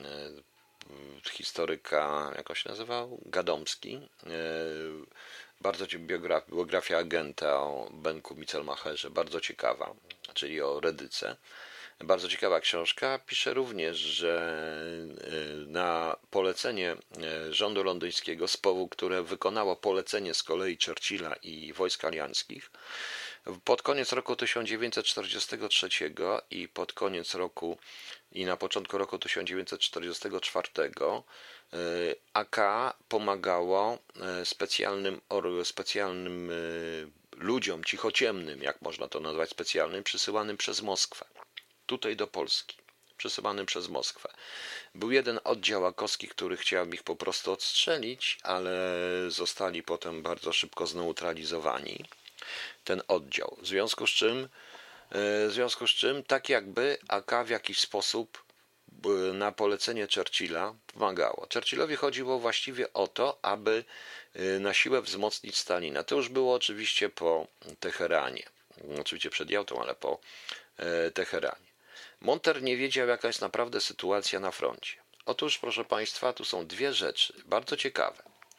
historyka, jak on się nazywał? Gadomski. Bardzo biografia, biografia agenta o Benku Mitzelmacherze, bardzo ciekawa, czyli o Redyce. Bardzo ciekawa książka. Pisze również, że na polecenie rządu londyńskiego, z powodu, które wykonało polecenie z kolei Churchilla i wojsk alianckich, pod koniec roku tysiąc dziewięćset czterdziestego trzeciego i pod koniec roku i na początku roku tysiąc dziewięćset czterdziestego czwartego A K pomagało specjalnym, specjalnym ludziom cichociemnym, jak można to nazwać specjalnym, przysyłanym przez Moskwę, tutaj do Polski, przysyłanym przez Moskwę. Był jeden oddział akowski, który chciał ich po prostu odstrzelić, ale zostali potem bardzo szybko zneutralizowani, ten oddział. W związku z czym, w związku z czym tak jakby A K w jakiś sposób na polecenie Churchilla pomagało. Churchillowi chodziło właściwie o to, aby na siłę wzmocnić Stalina. To już było oczywiście po Teheranie. Oczywiście przed Jałtą, ale po Teheranie. Monter nie wiedział, jaka jest naprawdę sytuacja na froncie. Otóż, proszę Państwa, tu są dwie rzeczy bardzo ciekawe.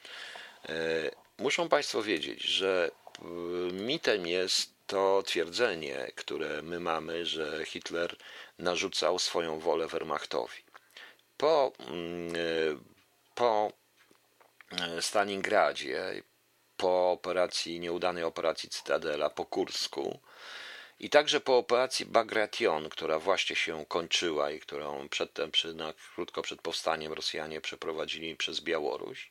Muszą Państwo wiedzieć, że mitem jest to twierdzenie, które my mamy, że Hitler narzucał swoją wolę Wehrmachtowi. Po, po Stalingradzie, po operacji, nieudanej operacji Cytadela, po Kursku i także po operacji Bagration, która właśnie się kończyła i którą przedtem, przy, na, krótko przed powstaniem Rosjanie przeprowadzili przez Białoruś,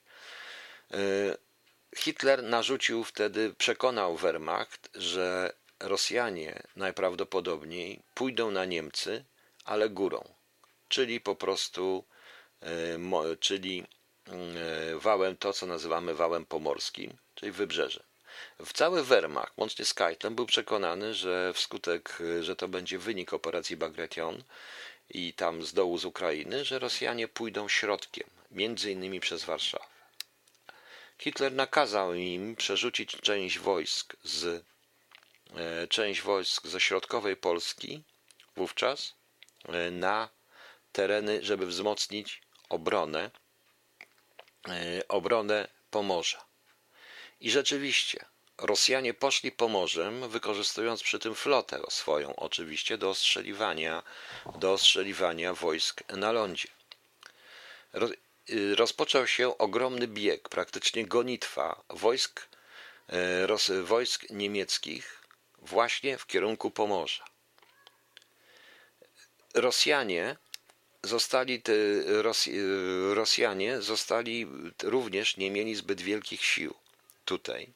Hitler narzucił wtedy, przekonał Wehrmacht, że Rosjanie najprawdopodobniej pójdą na Niemcy, ale górą, czyli po prostu, czyli wałem, to co nazywamy wałem pomorskim, czyli wybrzeżem. W cały Wehrmacht, łącznie z Keitlem, był przekonany, że wskutek, że to będzie wynik operacji Bagration i tam z dołu z Ukrainy, że Rosjanie pójdą środkiem, między innymi przez Warszawę. Hitler nakazał im przerzucić część wojsk z część wojsk ze środkowej Polski wówczas na tereny, żeby wzmocnić obronę obronę Pomorza. I rzeczywiście Rosjanie poszli Pomorzem, wykorzystując przy tym flotę swoją oczywiście do ostrzeliwania, do ostrzeliwania wojsk na lądzie. Rozpoczął się ogromny bieg, praktycznie gonitwa wojsk, wojsk niemieckich właśnie w kierunku Pomorza. Rosjanie zostali, Ros, Rosjanie zostali również, nie mieli zbyt wielkich sił tutaj.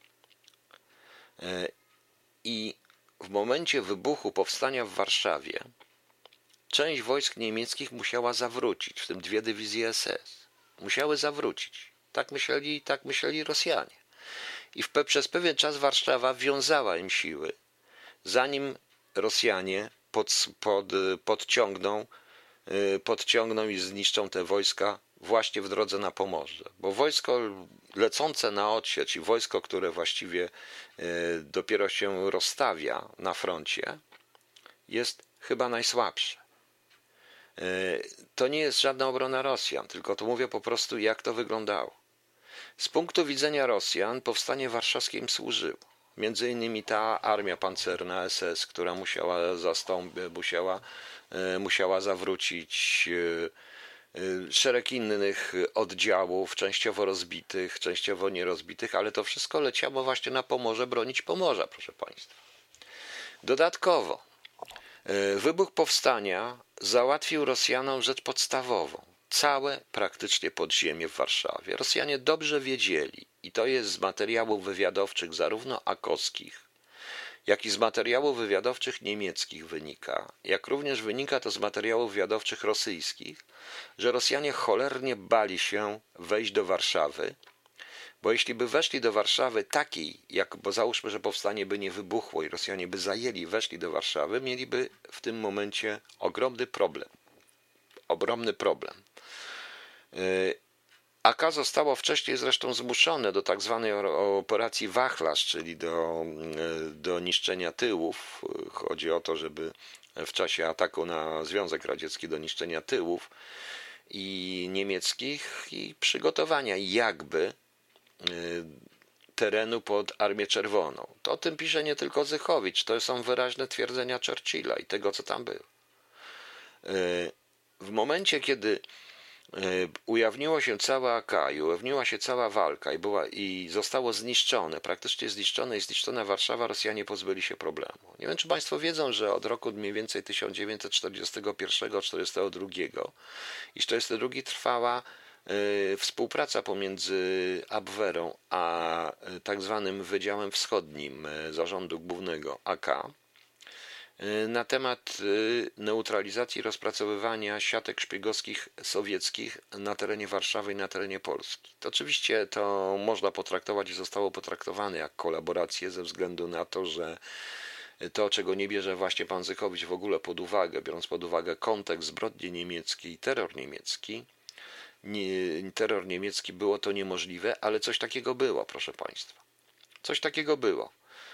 I w momencie wybuchu powstania w Warszawie część wojsk niemieckich musiała zawrócić, w tym dwie dywizje S S. Musiały zawrócić. Tak myśleli, tak myśleli Rosjanie. I w, przez pewien czas Warszawa wiązała im siły, zanim Rosjanie pod, pod, podciągną, podciągną i zniszczą te wojska właśnie w drodze na Pomorze. Bo wojsko lecące na odsiecz i wojsko, które właściwie dopiero się rozstawia na froncie, jest chyba najsłabsze. To nie jest żadna obrona Rosjan, tylko to mówię po prostu, jak to wyglądało. Z punktu widzenia Rosjan powstanie warszawskie im służyło. Między innymi ta armia pancerna S S, która musiała zastąpić, musiała, musiała zawrócić, szereg innych oddziałów, częściowo rozbitych, częściowo nierozbitych, ale to wszystko leciało właśnie na Pomorze, bronić Pomorza, proszę Państwa. Dodatkowo wybuch powstania załatwił Rosjanom rzecz podstawową. Całe praktycznie podziemie w Warszawie. Rosjanie dobrze wiedzieli, i to jest z materiałów wywiadowczych zarówno akowskich, jak i z materiałów wywiadowczych niemieckich wynika, jak również wynika to z materiałów wywiadowczych rosyjskich, że Rosjanie cholernie bali się wejść do Warszawy, bo jeśli by weszli do Warszawy takiej, jak, bo załóżmy, że powstanie by nie wybuchło i Rosjanie by zajęli, weszli do Warszawy, mieliby w tym momencie ogromny problem. Ogromny problem. A K zostało wcześniej zresztą zmuszone do tak zwanej operacji Wachlarz, czyli do, do niszczenia tyłów. Chodzi o to, żeby w czasie ataku na Związek Radziecki do niszczenia tyłów i niemieckich i przygotowania jakby terenu pod Armię Czerwoną. To o tym pisze nie tylko Zychowicz, to są wyraźne twierdzenia Churchilla i tego, co tam było. W momencie, kiedy ujawniło się cała A K i ujawniła się cała walka i, była, i zostało zniszczone, praktycznie zniszczone i zniszczona Warszawa, Rosjanie pozbyli się problemu. Nie wiem, czy Państwo wiedzą, że od roku mniej więcej tysiąc dziewięćset czterdziestego pierwszego do czterdziestego drugiego i czterdziesty drugi trwała y, współpraca pomiędzy Abwerą a y, tak zwanym Wydziałem Wschodnim y, Zarządu Głównego A K na temat neutralizacji i rozpracowywania siatek szpiegowskich sowieckich na terenie Warszawy i na terenie Polski. To oczywiście to można potraktować i zostało potraktowane jak kolaborację ze względu na to, że to, czego nie bierze właśnie pan Zychowicz w ogóle pod uwagę, biorąc pod uwagę kontekst zbrodni niemieckiej i terror niemiecki, nie, terror niemiecki było to niemożliwe, ale coś takiego było, proszę państwa. Coś takiego było.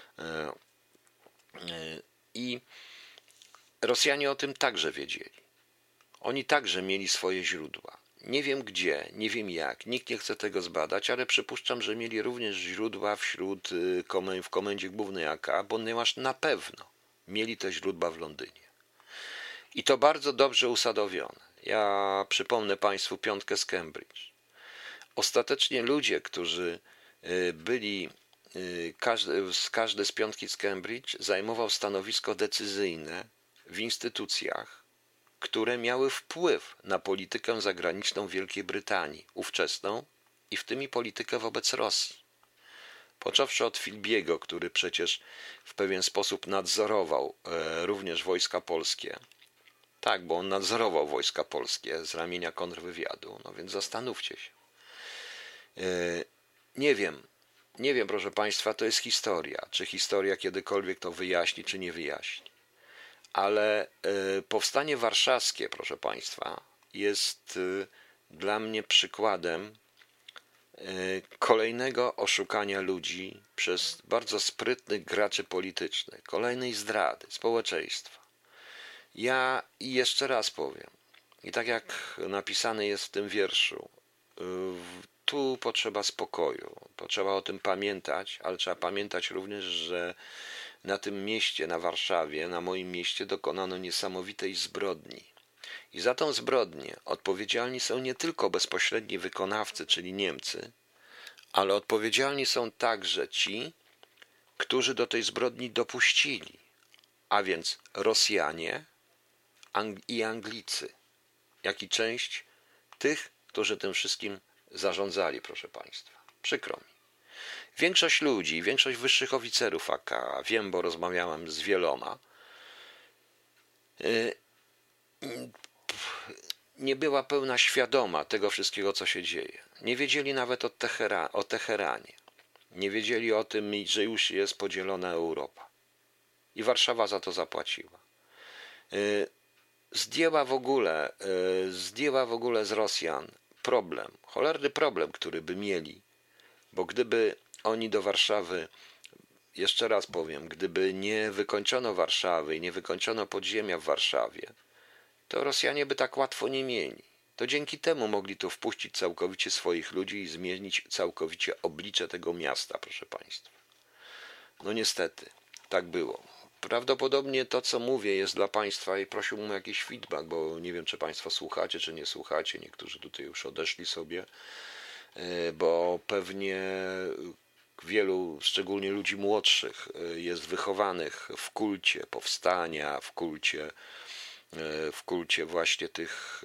I Rosjanie o tym także wiedzieli. Oni także mieli swoje źródła. Nie wiem gdzie, nie wiem jak, nikt nie chce tego zbadać, ale przypuszczam, że mieli również źródła wśród w komendzie głównej A K, ponieważ na pewno mieli te źródła w Londynie. I to bardzo dobrze usadowione. Ja przypomnę Państwu piątkę z Cambridge. Ostatecznie ludzie, którzy byli Każdy, każdy z piątki z Cambridge zajmował stanowisko decyzyjne w instytucjach, które miały wpływ na politykę zagraniczną Wielkiej Brytanii, ówczesną i w tym i politykę wobec Rosji. Począwszy od Philbiego, który przecież w pewien sposób nadzorował e, również wojska polskie. Tak, bo on nadzorował wojska polskie z ramienia kontrwywiadu, no więc zastanówcie się. E, nie wiem, Nie wiem, proszę Państwa, to jest historia. Czy historia kiedykolwiek to wyjaśni, czy nie wyjaśni. Ale y, powstanie warszawskie, proszę Państwa, jest y, dla mnie przykładem y, kolejnego oszukania ludzi przez bardzo sprytnych graczy politycznych, kolejnej zdrady społeczeństwa. Ja jeszcze raz powiem, i tak jak napisane jest w tym wierszu, y, tu potrzeba spokoju, potrzeba o tym pamiętać, ale trzeba pamiętać również, że na tym mieście, na Warszawie, na moim mieście dokonano niesamowitej zbrodni. I za tą zbrodnię odpowiedzialni są nie tylko bezpośredni wykonawcy, czyli Niemcy, ale odpowiedzialni są także ci, którzy do tej zbrodni dopuścili, a więc Rosjanie i Anglicy, jak i część tych, którzy tym wszystkim zarządzali, proszę Państwa. Przykro mi. Większość ludzi, większość wyższych oficerów A K, wiem, bo rozmawiałem z wieloma, nie była pełna świadoma tego wszystkiego, co się dzieje. Nie wiedzieli nawet o, Tehera, o Teheranie. Nie wiedzieli o tym, że już jest podzielona Europa. I Warszawa za to zapłaciła. Zdjęła w ogóle, zdjęła w ogóle z Rosjan problem, cholerny problem, który by mieli, bo gdyby oni do Warszawy, jeszcze raz powiem, gdyby nie wykończono Warszawy i nie wykończono podziemia w Warszawie, to Rosjanie by tak łatwo nie mieli. To dzięki temu mogli tu wpuścić całkowicie swoich ludzi i zmienić całkowicie oblicze tego miasta, proszę Państwa. No niestety, tak było. Prawdopodobnie to, co mówię, jest dla Państwa i prosiłbym o jakiś feedback, bo nie wiem, czy Państwo słuchacie, czy nie słuchacie. Niektórzy tutaj już odeszli sobie, bo pewnie wielu, szczególnie ludzi młodszych, jest wychowanych w kulcie powstania, w kulcie, w kulcie właśnie tych,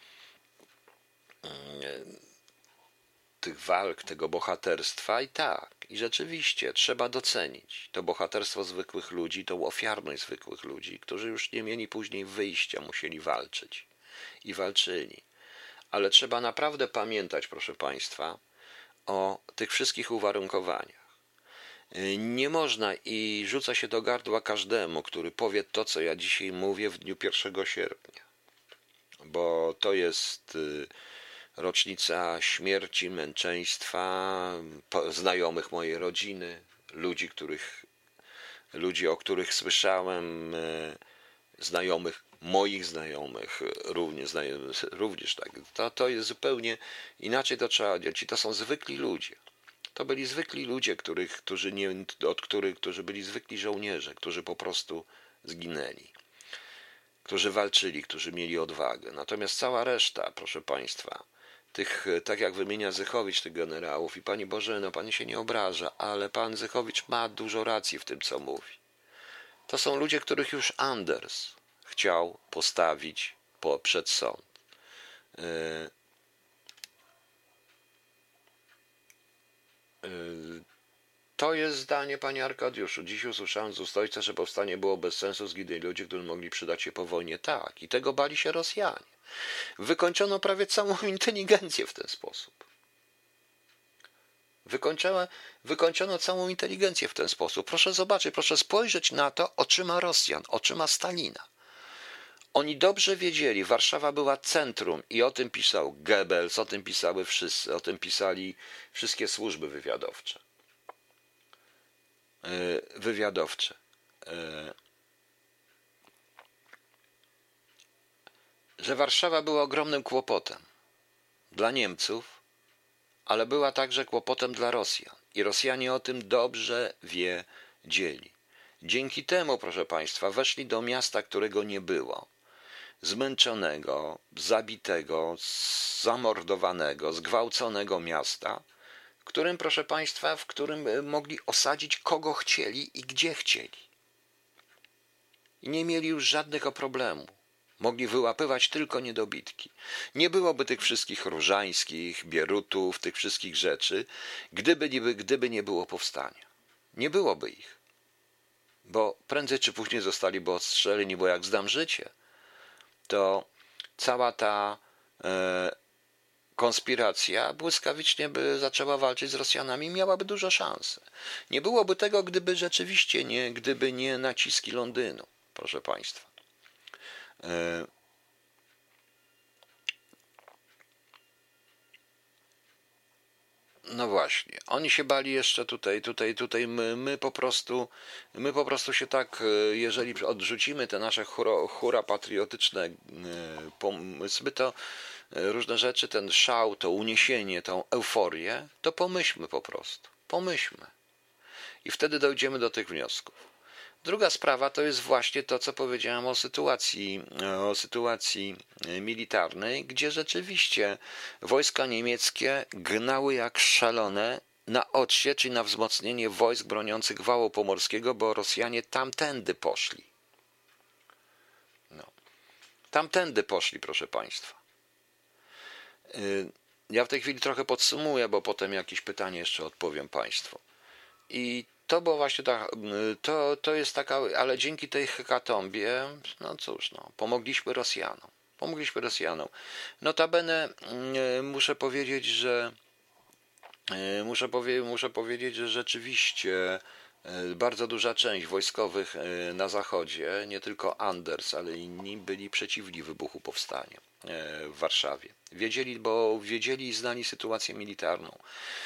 tych walk, tego bohaterstwa i tak. I rzeczywiście trzeba docenić to bohaterstwo zwykłych ludzi, tą ofiarność zwykłych ludzi, którzy już nie mieli później wyjścia, musieli walczyć. I walczyli. Ale trzeba naprawdę pamiętać, proszę Państwa, o tych wszystkich uwarunkowaniach. Nie można i rzuca się do gardła każdemu, który powie to, co ja dzisiaj mówię w dniu pierwszego sierpnia. Bo to jest rocznica śmierci, męczeństwa, znajomych mojej rodziny, ludzi, których, ludzi, o których słyszałem, znajomych, moich znajomych, również, również tak. To, to jest zupełnie inaczej to trzeba odjąć. I to są zwykli ludzie. To byli zwykli ludzie, których, którzy, nie, od których, którzy byli zwykli żołnierze, którzy po prostu zginęli. którzy walczyli, którzy mieli odwagę. Natomiast cała reszta, proszę Państwa, tych, tak jak wymienia Zychowicz, tych generałów, i Panie Boże, no Pani się nie obraża, ale Pan Zychowicz ma dużo racji w tym, co mówi. To są ludzie, których już Anders chciał postawić po, przed sąd. Yy, yy, To jest zdanie, Panie Arkadiuszu. Dziś usłyszałem z ust ojca, że powstanie było bez sensu, zginęli ludzie, którzy mogli przydać się po wojnie. Tak, i tego bali się Rosjanie. Wykończono prawie całą inteligencję w ten sposób. Wykończono, wykończono całą inteligencję w ten sposób. Proszę zobaczyć, proszę spojrzeć na to oczyma Rosjan, oczyma Stalina. Oni dobrze wiedzieli, Warszawa była centrum i o tym pisał Goebbels, o tym pisały wszyscy, o tym pisali wszystkie służby wywiadowcze. wywiadowcze. Że Warszawa była ogromnym kłopotem dla Niemców, ale była także kłopotem dla Rosjan. I Rosjanie o tym dobrze wiedzieli. Dzięki temu, proszę Państwa, weszli do miasta, którego nie było. Zmęczonego, zabitego, zamordowanego, zgwałconego miasta, w którym, proszę Państwa, w którym mogli osadzić kogo chcieli i gdzie chcieli. I nie mieli już żadnego problemu. Mogli wyłapywać tylko niedobitki. Nie byłoby tych wszystkich Różańskich, Bierutów, tych wszystkich rzeczy, gdyby nie, gdyby nie było powstania. Nie byłoby ich. Bo prędzej czy później zostaliby odstrzeleni, bo jak znam życie, to cała ta e, konspiracja błyskawicznie by zaczęła walczyć z Rosjanami i miałaby dużo szans. Nie byłoby tego, gdyby rzeczywiście nie, gdyby nie naciski Londynu, proszę Państwa. E, No właśnie, oni się bali jeszcze tutaj, tutaj, tutaj my, my po prostu, my po prostu się tak, jeżeli odrzucimy te nasze hura, hura patriotyczne pomysły, to różne rzeczy, ten szał, to uniesienie, tą euforię, to pomyślmy po prostu, pomyślmy. I wtedy dojdziemy do tych wniosków. Druga sprawa to jest właśnie to, co powiedziałem o sytuacji, o sytuacji militarnej, gdzie rzeczywiście wojska niemieckie gnały jak szalone na odsie, czyli na wzmocnienie wojsk broniących wału pomorskiego, bo Rosjanie tamtędy poszli. No. Tamtędy poszli, proszę Państwa. Ja w tej chwili trochę podsumuję, bo potem jakieś pytanie jeszcze odpowiem Państwu. I to było właśnie tak, to, to jest taka, ale dzięki tej hekatombie, no cóż, no, pomogliśmy Rosjanom. Pomogliśmy Rosjanom. Notabene muszę powiedzieć, że muszę, powie, muszę powiedzieć, że rzeczywiście bardzo duża część wojskowych na zachodzie, nie tylko Anders, ale inni, byli przeciwni wybuchu powstania w Warszawie. Wiedzieli, bo wiedzieli i znali sytuację militarną.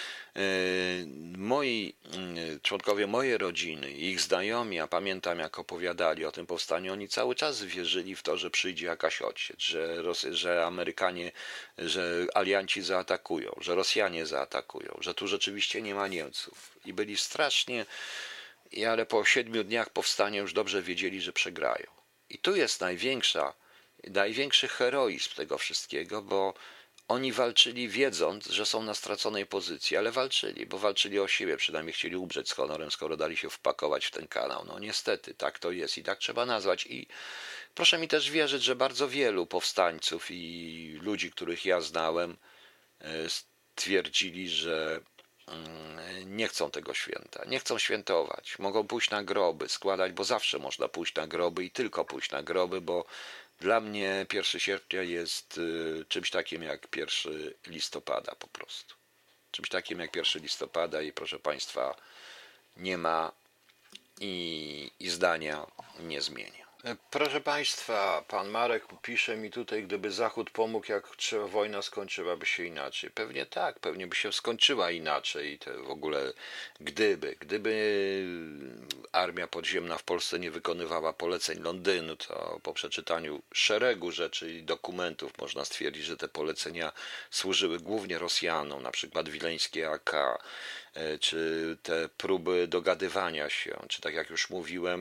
Moi członkowie mojej rodziny, ich znajomi, a pamiętam jak opowiadali o tym powstaniu, oni cały czas wierzyli w to, że przyjdzie jakaś odsiecz, że, Rosy, że Amerykanie, że alianci zaatakują, że Rosjanie zaatakują, że tu rzeczywiście nie ma Niemców. I byli strasznie, ale po siedmiu dniach powstania już dobrze wiedzieli, że przegrają. I tu jest największa, największy heroizm tego wszystkiego, bo oni walczyli wiedząc, że są na straconej pozycji, ale walczyli, bo walczyli o siebie, przynajmniej chcieli umrzeć z honorem, skoro dali się wpakować w ten kanał. No niestety, tak to jest i tak trzeba nazwać. I proszę mi też wierzyć, że bardzo wielu powstańców i ludzi, których ja znałem, stwierdzili, że nie chcą tego święta, nie chcą świętować. Mogą pójść na groby, składać, bo zawsze można pójść na groby i tylko pójść na groby, bo dla mnie pierwszego sierpnia jest czymś takim jak pierwszego listopada po prostu. Czymś takim jak pierwszego listopada i proszę Państwa, nie ma i, i zdania nie zmienia. Proszę Państwa, pan Marek pisze mi tutaj, gdyby Zachód pomógł, jak trzeba, wojna skończyłaby się inaczej. Pewnie tak, pewnie by się skończyła inaczej. To w ogóle gdyby, gdyby armia podziemna w Polsce nie wykonywała poleceń Londynu, to po przeczytaniu szeregu rzeczy i dokumentów można stwierdzić, że te polecenia służyły głównie Rosjanom, na przykład wileńskie A K, czy te próby dogadywania się, czy tak jak już mówiłem,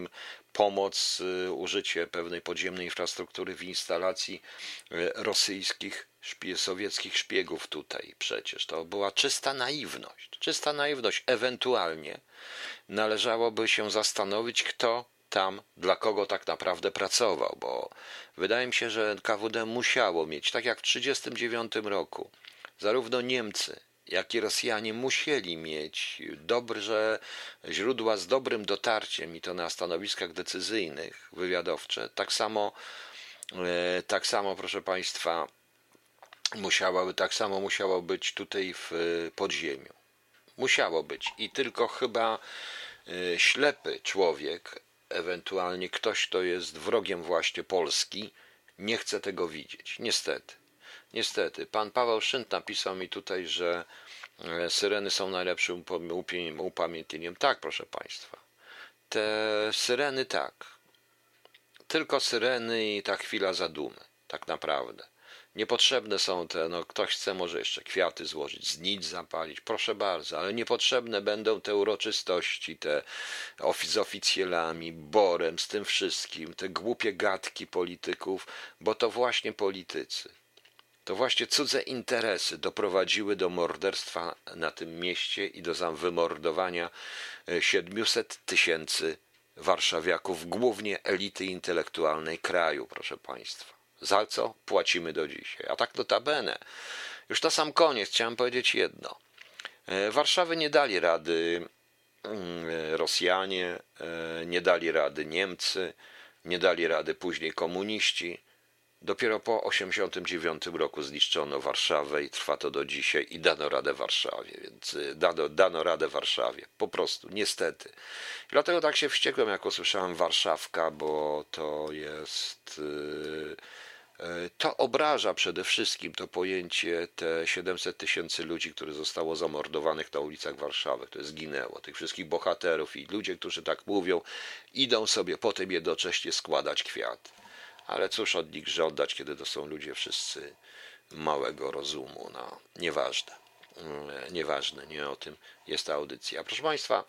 pomoc, użycie pewnej podziemnej infrastruktury w instalacji rosyjskich, szpie, sowieckich szpiegów tutaj przecież. To była czysta naiwność. Czysta naiwność. Ewentualnie należałoby się zastanowić, kto tam, dla kogo tak naprawdę pracował, bo wydaje mi się, że K W D musiało mieć, tak jak w tysiąc dziewięćset trzydziestym dziewiątym roku, zarówno Niemcy, jak i Rosjanie musieli mieć dobre źródła z dobrym dotarciem i to na stanowiskach decyzyjnych, wywiadowcze. Tak samo, tak samo, proszę Państwa, musiało, tak samo musiało być tutaj w podziemiu. Musiało być i tylko chyba ślepy człowiek, ewentualnie ktoś, kto jest wrogiem właśnie Polski, nie chce tego widzieć. Niestety. Niestety. Pan Paweł Szynt napisał mi tutaj, że syreny są najlepszym upamiętnieniem. Tak, proszę Państwa. Te syreny tak. Tylko syreny i ta chwila zadumy. Tak naprawdę. Niepotrzebne są te, no ktoś chce może jeszcze kwiaty złożyć, znicz zapalić, proszę bardzo, ale niepotrzebne będą te uroczystości, te z oficjelami, Borem, z tym wszystkim, te głupie gadki polityków, bo to właśnie politycy, to właśnie cudze interesy doprowadziły do morderstwa na tym mieście i do wymordowania siedmiuset tysięcy warszawiaków, głównie elity intelektualnej kraju, proszę Państwa. Za co płacimy do dzisiaj. A tak notabene, już na sam koniec chciałem powiedzieć jedno. Warszawy nie dali rady Rosjanie, nie dali rady Niemcy, nie dali rady później komuniści. Dopiero po osiemdziesiątym dziewiątym roku zniszczono Warszawę i trwa to do dzisiaj i dano radę Warszawie, więc dano, dano radę Warszawie, po prostu, niestety. I dlatego tak się wściekłem, jak usłyszałem Warszawka, bo to jest... To obraża przede wszystkim to pojęcie, te siedemset tysięcy ludzi, które zostało zamordowanych na ulicach Warszawy, które zginęło, tych wszystkich bohaterów i ludzie, którzy tak mówią, idą sobie potem jednocześnie składać kwiaty. Ale cóż od nich żądać, kiedy to są ludzie wszyscy małego rozumu. No, nieważne. Nieważne, nie o tym jest ta audycja. Proszę Państwa,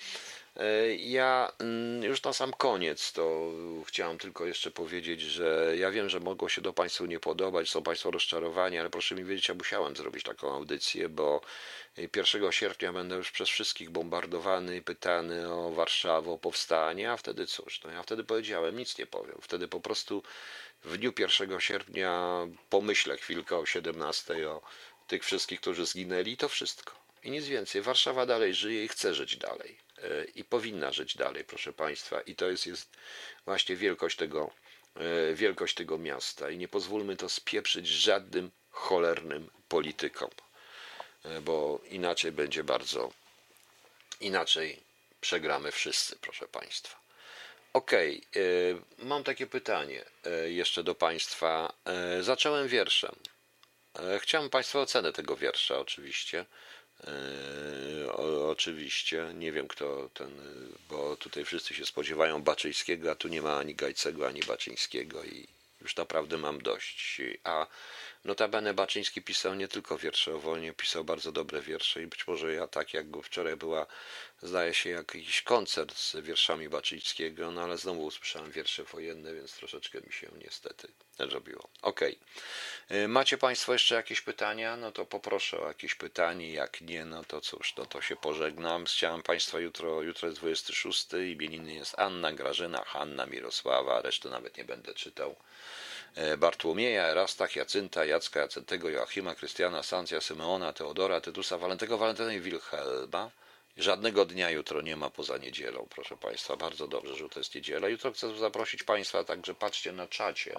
ja już na sam koniec to chciałem tylko jeszcze powiedzieć, że ja wiem, że mogło się do Państwu nie podobać, są Państwo rozczarowani, ale proszę mi wiedzieć, ja musiałem zrobić taką audycję, bo pierwszego sierpnia będę już przez wszystkich bombardowany, pytany o Warszawę, o powstanie, a wtedy cóż, no ja wtedy powiedziałem, nic nie powiem. Wtedy po prostu w dniu pierwszego sierpnia pomyślę chwilkę o siedemnastej, o tych wszystkich, którzy zginęli i to wszystko. I nic więcej. Warszawa dalej żyje i chce żyć dalej. I powinna żyć dalej, proszę Państwa. I to jest, jest właśnie wielkość tego, wielkość tego miasta. I nie pozwólmy to spieprzyć żadnym cholernym politykom, bo inaczej będzie bardzo, inaczej przegramy wszyscy, proszę Państwa. Okej, okay. Mam takie pytanie jeszcze do Państwa. Zacząłem wierszem. Chciałem Państwa ocenę tego wiersza oczywiście. O, oczywiście, nie wiem kto ten, bo tutaj wszyscy się spodziewają Baczyńskiego, a tu nie ma ani Gajcego, ani Baczyńskiego i już naprawdę mam dość. A notabene Baczyński pisał nie tylko wiersze o wojnie, pisał bardzo dobre wiersze i być może ja tak jak go wczoraj była, zdaje się, jakiś koncert z wierszami Baczyńskiego, no ale znowu usłyszałem wiersze wojenne, więc troszeczkę mi się niestety zrobiło. Okej. Okay. Macie Państwo jeszcze jakieś pytania? No to poproszę o jakieś pytanie, jak nie, no to cóż, no to się pożegnam. Chciałem Państwa jutro, jutro jest dwudziesty szósty, imieniny jest Anna, Grażyna, Hanna, Mirosława, resztę nawet nie będę czytał. Bartłomieja, Erasta, Jacynta, Jacka, Jacentego, Joachima, Krystiana, Sancja, Symeona, Teodora, Tytusa, Walentego, Walentyna i Wilhelma. Żadnego dnia jutro nie ma poza niedzielą, proszę Państwa. Bardzo dobrze, że to jest niedziela. Jutro chcę zaprosić Państwa, także patrzcie na czacie.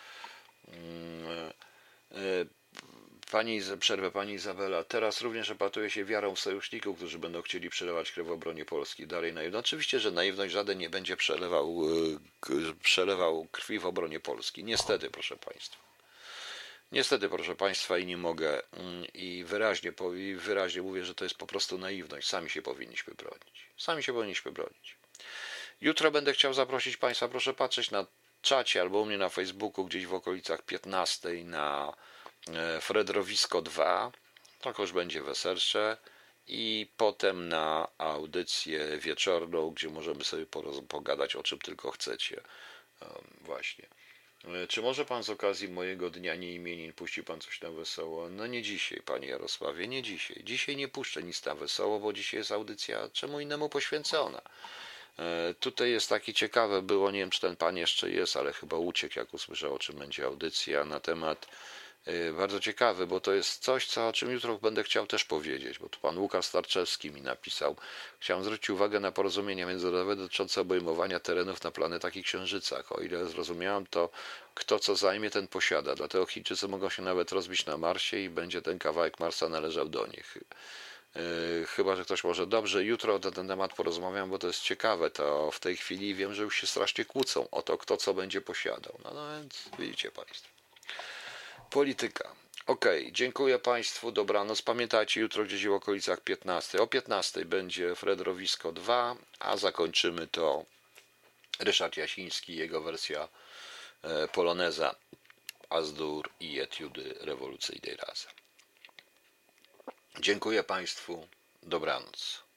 Pani, przerwę Pani Izabela. Teraz również epatuje się wiarą w sojuszników, którzy będą chcieli przelewać krew w obronie Polski. Dalej naiwność. Oczywiście, że naiwność żaden nie będzie przelewał, przelewał krwi w obronie Polski. Niestety, proszę Państwa. Niestety, proszę Państwa, i nie mogę. I wyraźnie, i wyraźnie mówię, że to jest po prostu naiwność. Sami się powinniśmy bronić. Sami się powinniśmy bronić. Jutro będę chciał zaprosić Państwa, proszę patrzeć na czacie albo u mnie na Facebooku, gdzieś w okolicach piętnastej na Fredrowisko dwa, to już będzie weselsze i potem na audycję wieczorną, gdzie możemy sobie poroz- pogadać o czym tylko chcecie. Właśnie. Czy może pan z okazji mojego dnia nie imienin puści pan coś na wesoło? No nie dzisiaj, panie Jarosławie, nie dzisiaj. Dzisiaj nie puszczę nic na wesoło, bo dzisiaj jest audycja czemu innemu poświęcona. E, tutaj jest taki ciekawe było, nie wiem czy ten pan jeszcze jest, ale chyba uciekł jak usłyszał o czym będzie audycja na temat e, bardzo ciekawy, bo to jest coś, co, o czym jutro będę chciał też powiedzieć, bo tu pan Łukasz Starczewski mi napisał. Chciałem zwrócić uwagę na porozumienia międzynarodowe dotyczące obejmowania terenów na planetach i księżycach. O ile zrozumiałem, to kto co zajmie, ten posiada. Dlatego Chińczycy mogą się nawet rozbić na Marsie i będzie ten kawałek Marsa należał do nich. Yy, chyba, że ktoś może dobrze, jutro na ten temat porozmawiam, bo to jest ciekawe. To w tej chwili wiem, że już się strasznie kłócą o to, kto co będzie posiadał. No, no więc widzicie Państwo. Polityka. Okej, okay, dziękuję Państwu, dobranoc. Pamiętajcie, jutro gdzieś w okolicach piętnastej. O piętnastej będzie Fredrowisko dwa, a zakończymy to Ryszard Jasiński, jego wersja e, poloneza Azdur i etiudy rewolucyjnej razem. Dziękuję Państwu, dobranoc.